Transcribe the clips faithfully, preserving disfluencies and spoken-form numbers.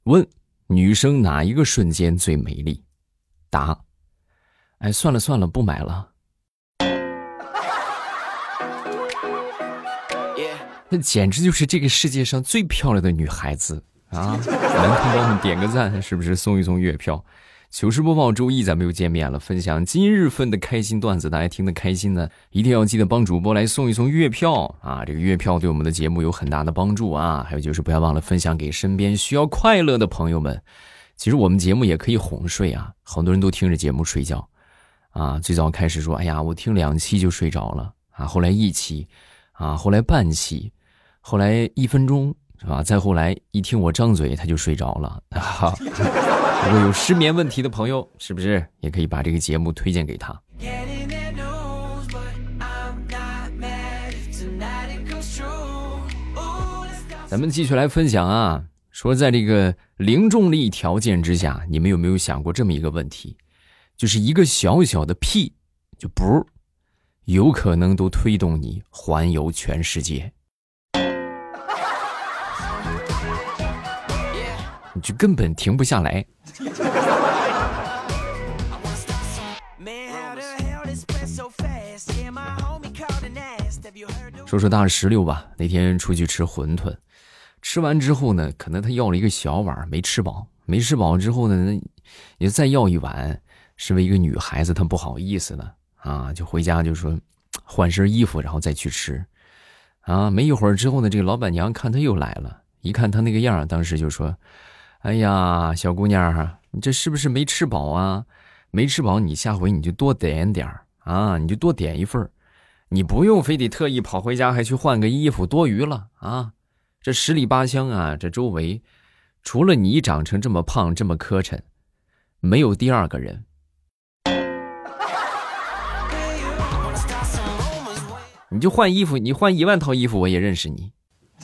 问女生哪一个瞬间最美丽？答：哎，算了算了，不买了。那简直就是这个世界上最漂亮的女孩子啊！男同胞们点个赞，是不是送一送月票？糗事播报周一咱们又见面了，分享今日份的开心段子，大家听得开心呢，一定要记得帮主播来送一送月票啊！这个月票对我们的节目有很大的帮助啊！还有就是不要忘了分享给身边需要快乐的朋友们。其实我们节目也可以哄睡啊，很多人都听着节目睡觉啊。最早开始说，哎呀，我听两期就睡着了啊，后来一期啊，后来半期，后来一分钟。是吧？再后来一听我张嘴他就睡着了啊！如果有失眠问题的朋友，是不是也可以把这个节目推荐给他？咱们继续来分享啊，说在这个零重力条件之下，你们有没有想过这么一个问题，就是一个小小的屁就不有可能都推动你环游全世界，你就根本停不下来。说说大石榴吧，那天出去吃馄饨，吃完之后呢，可能他要了一个小碗，没吃饱，没吃饱之后呢，也再要一碗，身为一个女孩子，她不好意思了啊，就回家就说换身衣服，然后再去吃。啊，没一会儿之后呢，这个老板娘看她又来了，一看她那个样，当时就说：“哎呀，小姑娘，你这是不是没吃饱啊？没吃饱，你下回你就多点点啊，你就多点一份。你不用非得特意跑回家还去换个衣服，多余了啊！这十里八乡啊，这周围除了你长成这么胖这么磕碜，没有第二个人。”你就换衣服，你换一万套衣服我也认识你。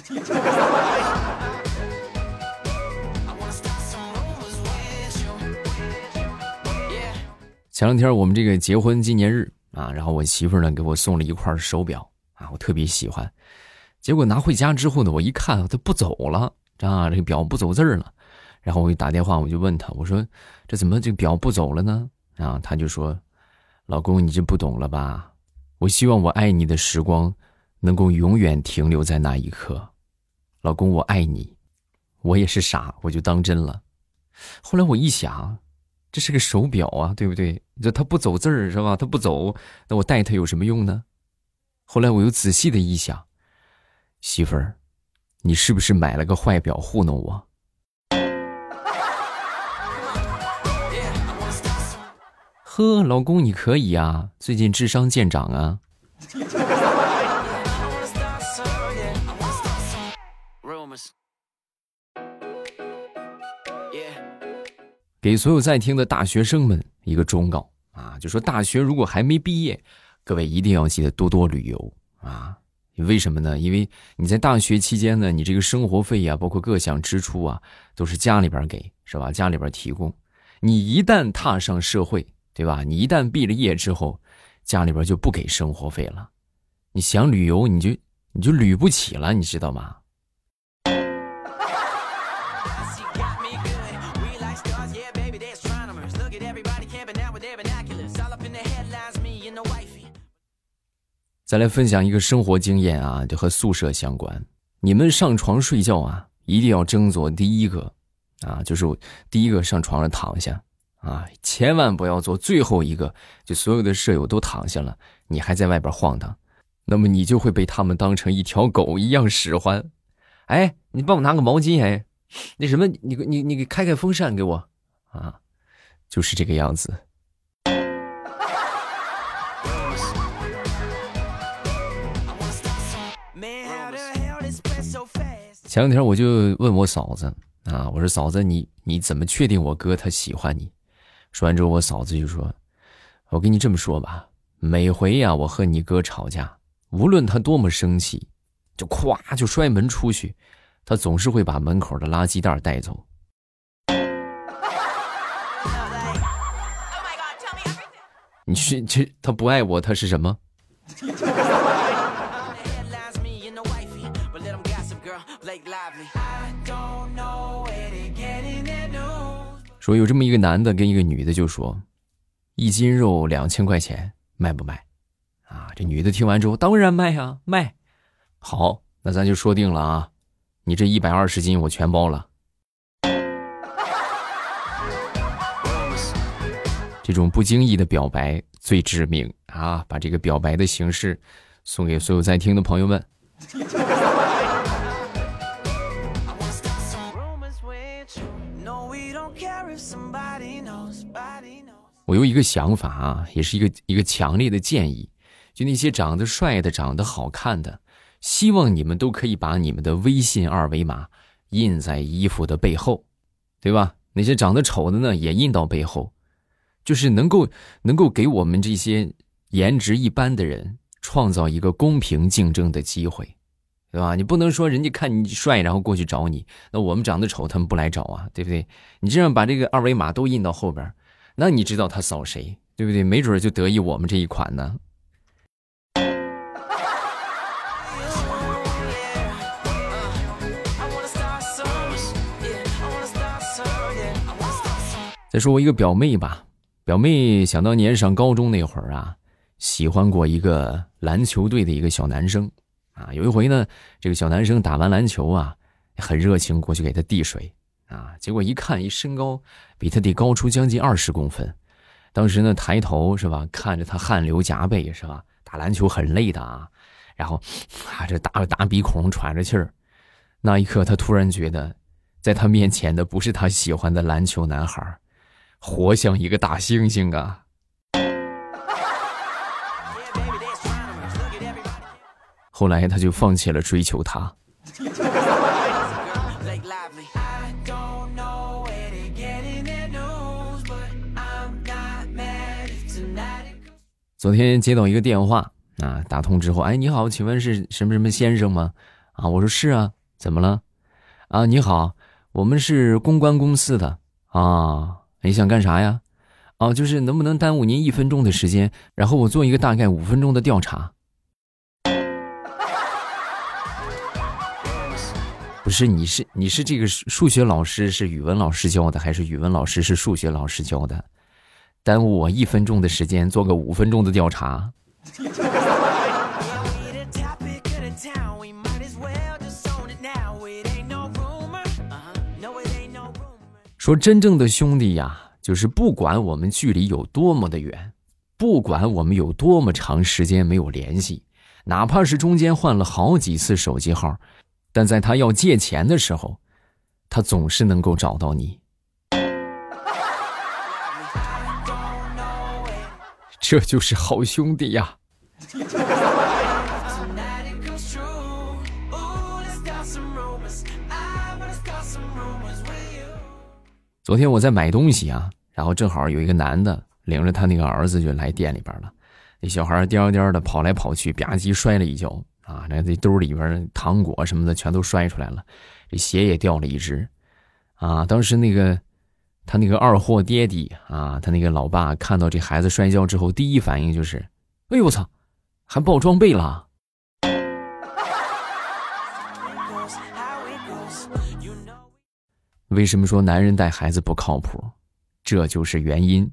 前两天我们这个结婚纪念日啊，然后我媳妇呢给我送了一块手表啊，我特别喜欢。结果拿回家之后呢，我一看它不走了啊，这个表不走字儿了。然后我就打电话，我就问他，我说这怎么这个表不走了呢？啊，他就说，老公你这不懂了吧？我希望我爱你的时光能够永远停留在那一刻。老公我爱你。我也是傻，我就当真了。后来我一想，这是个手表啊，对不对？这它不走字儿是吧？它不走，那我戴它有什么用呢？后来我又仔细的一想，媳妇儿，你是不是买了个坏表糊弄我？呵，老公你可以啊，最近智商见长啊。给所有在听的大学生们一个忠告啊，就说大学如果还没毕业，各位一定要记得多多旅游啊。为什么呢？因为你在大学期间呢，你这个生活费啊，包括各项支出啊，都是家里边给，是吧？家里边提供。你一旦踏上社会，对吧？你一旦毕了业之后，家里边就不给生活费了。你想旅游，你就你就旅不起了，你知道吗？再来分享一个生活经验啊，就和宿舍相关。你们上床睡觉啊，一定要争做第一个啊，就是第一个上床上躺下啊，千万不要做最后一个，就所有的舍友都躺下了，你还在外边晃荡，那么你就会被他们当成一条狗一样使唤。哎，你帮我拿个毛巾，哎，那什么，你你你开开风扇给我啊，就是这个样子。前两天我就问我嫂子啊，我说嫂子你你怎么确定我哥他喜欢你？说完之后我嫂子就说，我跟你这么说吧，每回呀、啊、我和你哥吵架，无论他多么生气，就咵就摔门出去，他总是会把门口的垃圾袋带走。你去这他不爱我他是什么？ 说有这么一个男的跟一个女的就说，一斤肉两千块钱，卖不卖？啊，这女的听完之后，当然卖啊，卖。好，那咱就说定了啊，你这一百二十斤我全包了。这种不经意的表白最致命啊！把这个表白的形式送给所有在听的朋友们。我有一个想法啊，也是一个一个强烈的建议，就那些长得帅的、长得好看的，希望你们都可以把你们的微信二维码印在衣服的背后，对吧？那些长得丑的呢，也印到背后。就是能够能够给我们这些颜值一般的人创造一个公平竞争的机会，对吧？你不能说人家看你帅然后过去找你，那我们长得丑他们不来找啊，对不对？你这样把这个二维码都印到后边，那你知道他扫谁，对不对？没准就得意我们这一款呢。再说我一个表妹吧，表妹想当年上高中那会儿啊，喜欢过一个篮球队的一个小男生啊。有一回呢，这个小男生打完篮球啊，很热情过去给他递水啊，结果一看一身高比他得高出将近二十公分。当时呢抬头是吧，看着他汗流浃背是吧，打篮球很累的啊，然后啊这打打鼻孔喘着气儿。那一刻他突然觉得，在他面前的不是他喜欢的篮球男孩，活像一个大猩猩啊。后来他就放弃了追求她。昨天接到一个电话啊，打通之后，哎，你好，请问是什么什么先生吗？啊，我说是啊，怎么了？啊，你好，我们是公关公司的啊，你想干啥呀？啊，就是能不能耽误您一分钟的时间，然后我做一个大概五分钟的调查。不是，你是你是这个数学老师是语文老师教的，还是语文老师是数学老师教的？耽误我一分钟的时间，做个五分钟的调查。说真正的兄弟呀，就是不管我们距离有多么的远，不管我们有多么长时间没有联系，哪怕是中间换了好几次手机号，但在他要借钱的时候，他总是能够找到你。这就是好兄弟呀。昨天我在买东西啊，然后正好有一个男的领着他那个儿子就来店里边了，那小孩颠颠的跑来跑去，吧唧摔了一跤啊，那这兜里边糖果什么的全都摔出来了，这鞋也掉了一只啊。当时那个他那个二货爹地啊，他那个老爸看到这孩子摔跤之后，第一反应就是哎呦我操，还爆装备了。为什么说男人带孩子不靠谱？这就是原因。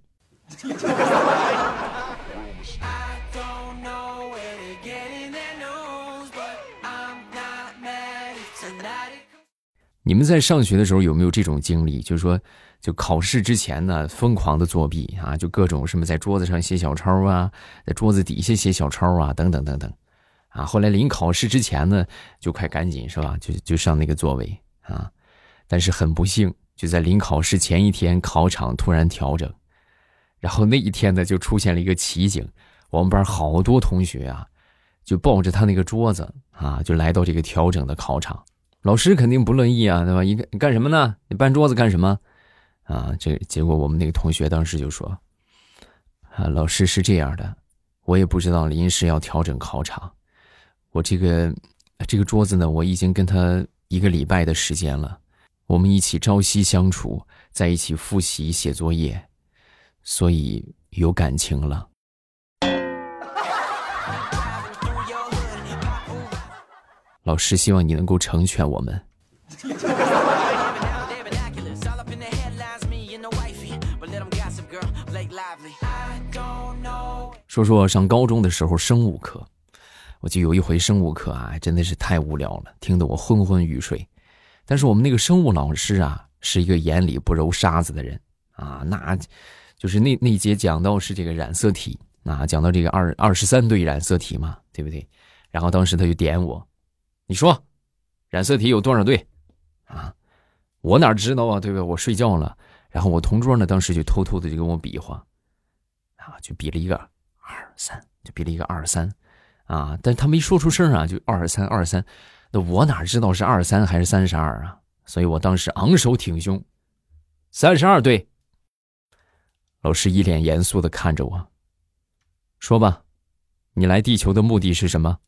你们在上学的时候有没有这种经历？就是说，就考试之前呢，疯狂的作弊啊，就各种什么在桌子上写小抄啊，在桌子底下写小抄啊，等等等等，啊，后来临考试之前呢，就快赶紧是吧，就就上那个座位啊。但是很不幸，就在临考试前一天，考场突然调整，然后那一天呢，就出现了一个奇景，我们班好多同学啊，就抱着他那个桌子啊，就来到这个调整的考场。老师肯定不乐意啊，对吧？你你干什么呢？你搬桌子干什么？啊，这结果我们那个同学当时就说，啊，老师是这样的，我也不知道临时要调整考场，我这个这个桌子呢，我已经跟他一个礼拜的时间了，我们一起朝夕相处，在一起复习写作业，所以有感情了。老师希望你能够成全我们。 说说上高中的时候生物课，我就有一回生物课啊，真的是太无聊了，听得我昏昏欲睡。但是我们那个生物老师啊，是一个眼里不揉沙子的人啊，那就是那那节讲到是这个染色体啊，讲到这个二二十三对染色体嘛，对不对？然后当时他就点我，你说染色体有多少对啊？我哪知道啊，对吧？我睡觉了。然后我同桌呢，当时就偷偷的就跟我比划，啊，就比了一个二三，就比了一个二三，啊，但他没说出声啊，就二三二三，那我哪知道是二三还是三十二啊？所以我当时昂首挺胸，三十二对。老师一脸严肃的看着我，说吧，你来地球的目的是什么？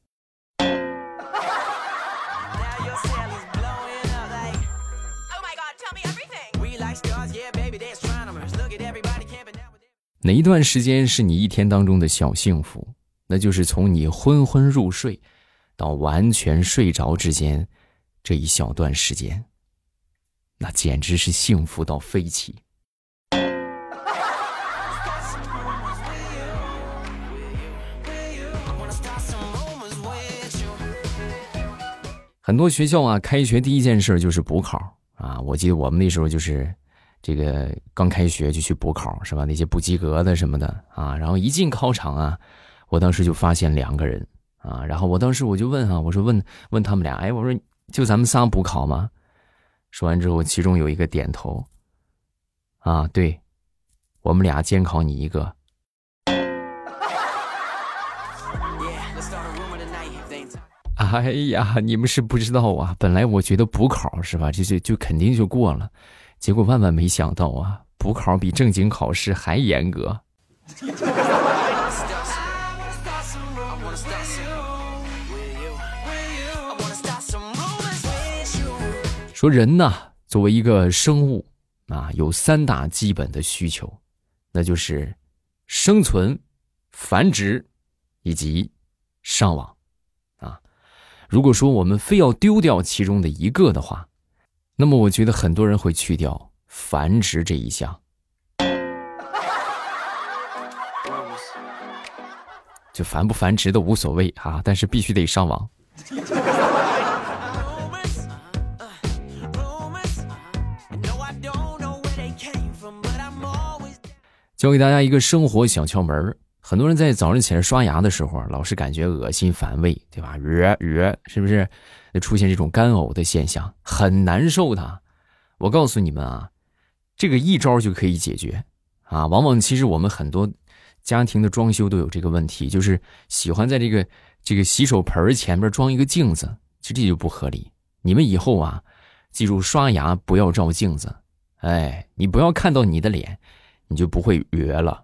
哪一段时间是你一天当中的小幸福？那就是从你昏昏入睡到完全睡着之间这一小段时间，那简直是幸福到飞起。很多学校啊，开学第一件事就是补考啊。我记得我们那时候就是这个刚开学就去补考，是吧？那些不及格的什么的啊，然后一进考场啊，我当时就发现两个人啊，然后我当时我就问啊，我说问问他们俩，哎，我说就咱们仨补考吗？说完之后，其中有一个点头，啊，对，我们俩监考你一个。哎呀，你们是不知道啊，本来我觉得补考是吧，这就就肯定就过了，结果万万没想到啊，补考比正经考试还严格。说人呢，作为一个生物啊，有三大基本的需求，那就是生存、繁殖以及上网啊。如果说我们非要丢掉其中的一个的话，那么我觉得很多人会去掉繁殖这一项。就繁不繁殖都无所谓啊，但是必须得上网。教给大家一个生活小窍门，很多人在早上起来刷牙的时候老是感觉恶心反胃，对吧？呃呃，是不是出现这种干呕的现象，很难受的。我告诉你们啊，这个一招就可以解决啊。往往其实我们很多家庭的装修都有这个问题，就是喜欢在这个这个洗手盆前面装一个镜子，其实这就不合理。你们以后啊，记住刷牙不要照镜子，哎，你不要看到你的脸，你就不会约了。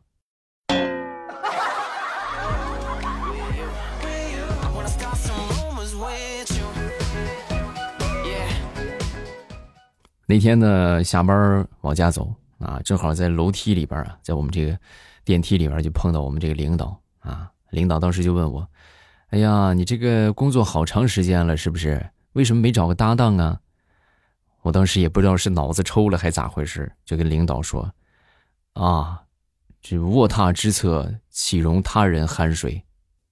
那天呢，下班往家走啊，正好在楼梯里边啊，在我们这个电梯里边就碰到我们这个领导啊。领导当时就问我，哎呀，你这个工作好长时间了是不是？为什么没找个搭档啊？我当时也不知道是脑子抽了还咋回事，就跟领导说，啊，这卧榻之侧岂容他人酣睡。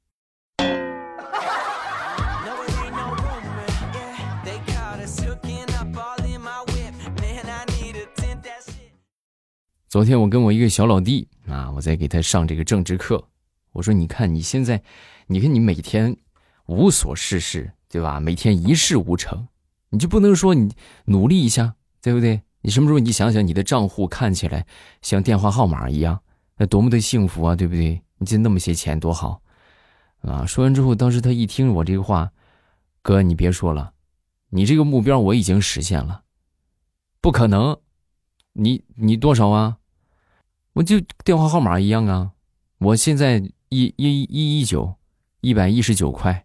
昨天我跟我一个小老弟啊，我在给他上这个政治课。我说，你看你现在，你看你每天无所事事，对吧？每天一事无成，你就不能说你努力一下，对不对？你什么时候你想想你的账户看起来像电话号码一样，那多么的幸福啊，对不对？你挣那么些钱多好啊！说完之后，当时他一听我这个话，哥你别说了，你这个目标我已经实现了。不可能，你你多少啊？我就电话号码一样啊，我现在一一一一九一百一十九块。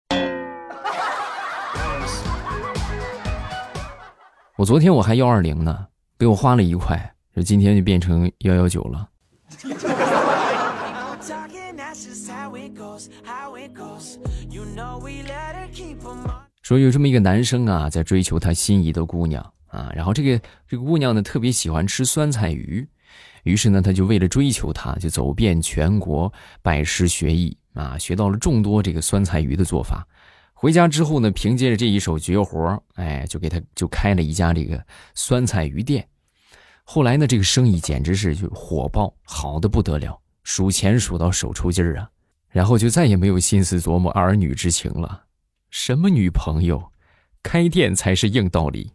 我昨天我还幺二零呢，被我花了一块，就今天就变成幺幺九了。说有这么一个男生啊，在追求他心仪的姑娘啊，然后这个这个姑娘呢特别喜欢吃酸菜鱼， 于是呢，他就为了追求她，就走遍全国拜师学艺啊，学到了众多这个酸菜鱼的做法。回家之后呢，凭借着这一手绝活，哎，就给他就开了一家这个酸菜鱼店。后来呢，这个生意简直是就火爆，好的不得了，数钱数到手抽筋儿啊。然后就再也没有心思琢磨儿女之情了。什么女朋友，开店才是硬道理。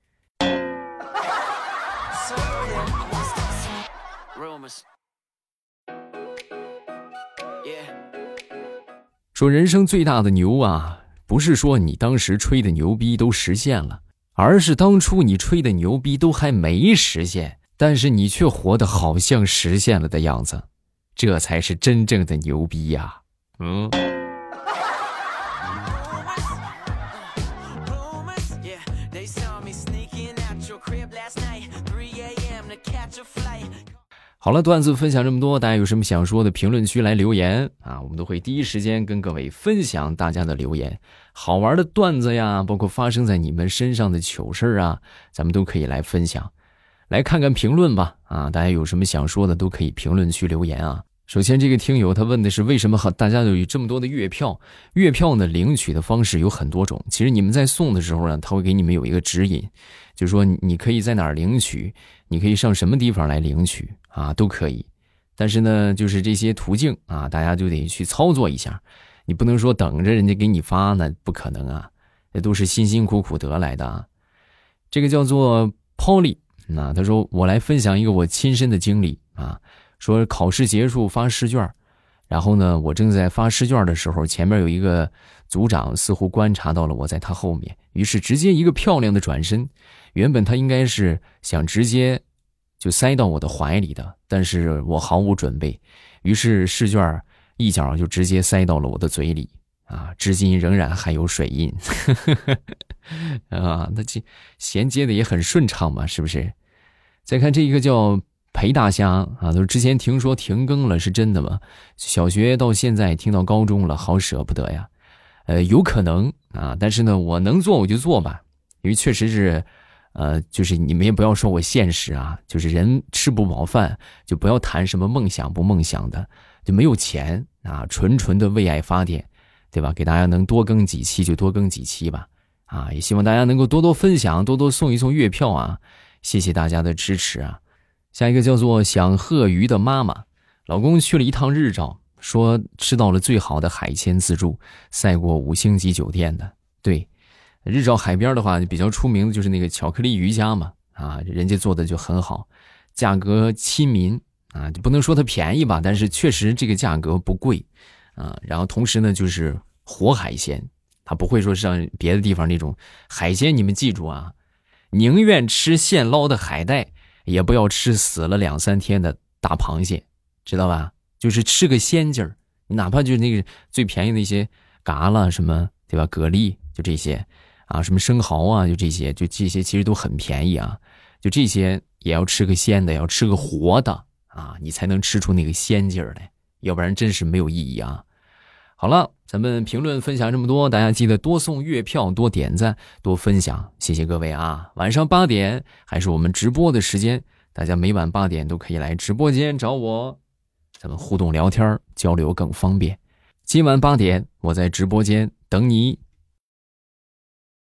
说人生最大的牛啊，不是说你当时吹的牛逼都实现了，而是当初你吹的牛逼都还没实现，但是你却活得好像实现了的样子，这才是真正的牛逼呀、啊！嗯。好了，段子分享这么多，大家有什么想说的，评论区来留言啊，我们都会第一时间跟各位分享大家的留言，好玩的段子呀，包括发生在你们身上的糗事啊，咱们都可以来分享。来看看评论吧，啊，大家有什么想说的都可以评论区留言啊。首先这个听友他问的是为什么大家有这么多的月票，月票呢领取的方式有很多种，其实你们在送的时候呢，他会给你们有一个指引，就是说你可以在哪儿领取，你可以上什么地方来领取啊，都可以。但是呢，就是这些途径啊，大家就得去操作一下，你不能说等着人家给你发呢，不可能啊，这都是辛辛苦苦得来的啊。这个叫做 Polly， 那他说我来分享一个我亲身的经历啊。说考试结束发试卷，然后呢，我正在发试卷的时候，前面有一个组长似乎观察到了我在他后面，于是直接一个漂亮的转身。原本他应该是想直接就塞到我的怀里的，但是我毫无准备，于是试卷一脚就直接塞到了我的嘴里啊，至今仍然还有水印。啊，那这衔接的也很顺畅嘛，是不是？再看这一个叫裴大虾啊，都之前听说停更了，是真的吗？小学到现在听到高中了，好舍不得呀。呃，有可能啊，但是呢，我能做我就做吧，因为确实是，呃，就是你们也不要说我现实啊，就是人吃不饱饭，就不要谈什么梦想不梦想的，就没有钱啊，纯纯的为爱发电，对吧？给大家能多更几期就多更几期吧，啊，也希望大家能够多多分享，多多送一送月票啊，谢谢大家的支持啊。下一个叫做想贺鱼的妈妈，老公去了一趟日照，说吃到了最好的海鲜自助，赛过五星级酒店的。对，日照海边的话比较出名的就是那个巧克力鱼家嘛，啊，人家做的就很好，价格亲民啊，就不能说它便宜吧，但是确实这个价格不贵啊。然后同时呢，就是活海鲜，它不会说像别的地方那种海鲜，你们记住啊，宁愿吃现捞的海带，也不要吃死了两三天的大螃蟹，知道吧？就是吃个鲜劲儿，哪怕就是那个最便宜的一些蛤蜊什么，对吧？蛤蜊就这些啊，什么生蚝啊，就这些，就这些其实都很便宜啊。就这些也要吃个鲜的，要吃个活的啊，你才能吃出那个鲜劲儿来，要不然真是没有意义啊。好了，咱们评论分享这么多，大家记得多送月票，多点赞，多分享，谢谢各位啊！晚上八点还是我们直播的时间，大家每晚八点都可以来直播间找我，咱们互动聊天交流更方便。今晚八点我在直播间等你。